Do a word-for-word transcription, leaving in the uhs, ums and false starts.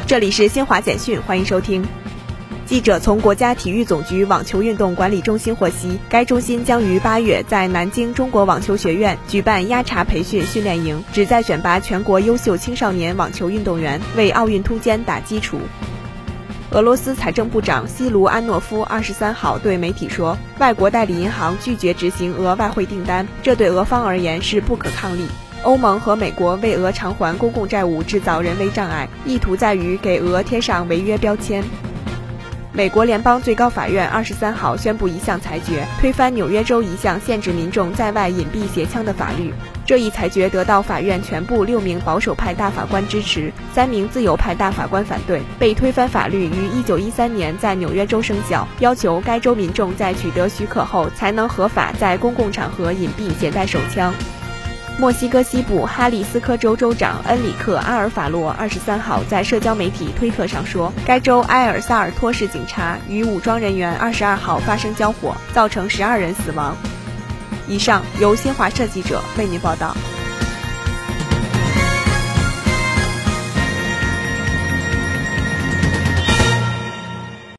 这里是新华简讯，欢迎收听。记者从国家体育总局网球运动管理中心获悉，该中心将于八月在南京中国网球学院举办压茬培训训练营，旨在选拔全国优秀青少年网球运动员，为奥运突坚打基础。俄罗斯财政部长西卢安诺夫二十三号对媒体说，外国代理银行拒绝执行俄外汇订单，这对俄方而言是不可抗力。欧盟和美国为俄偿还公共债务制造人为障碍，意图在于给俄贴上违约标签。美国联邦最高法院二十三号宣布一项裁决，推翻纽约州一项限制民众在外隐蔽携枪的法律。这一裁决得到法院全部六名保守派大法官支持，三名自由派大法官反对。被推翻法律于一九一三年在纽约州生效，要求该州民众在取得许可后才能合法在公共场合隐蔽携带手枪。墨西哥西部哈里斯科州州长恩里克·阿尔法罗二十三号在社交媒体推特上说，该州埃尔萨尔托市警察与武装人员二十二号发生交火，造成十二人死亡。以上由新华社记者为您报道。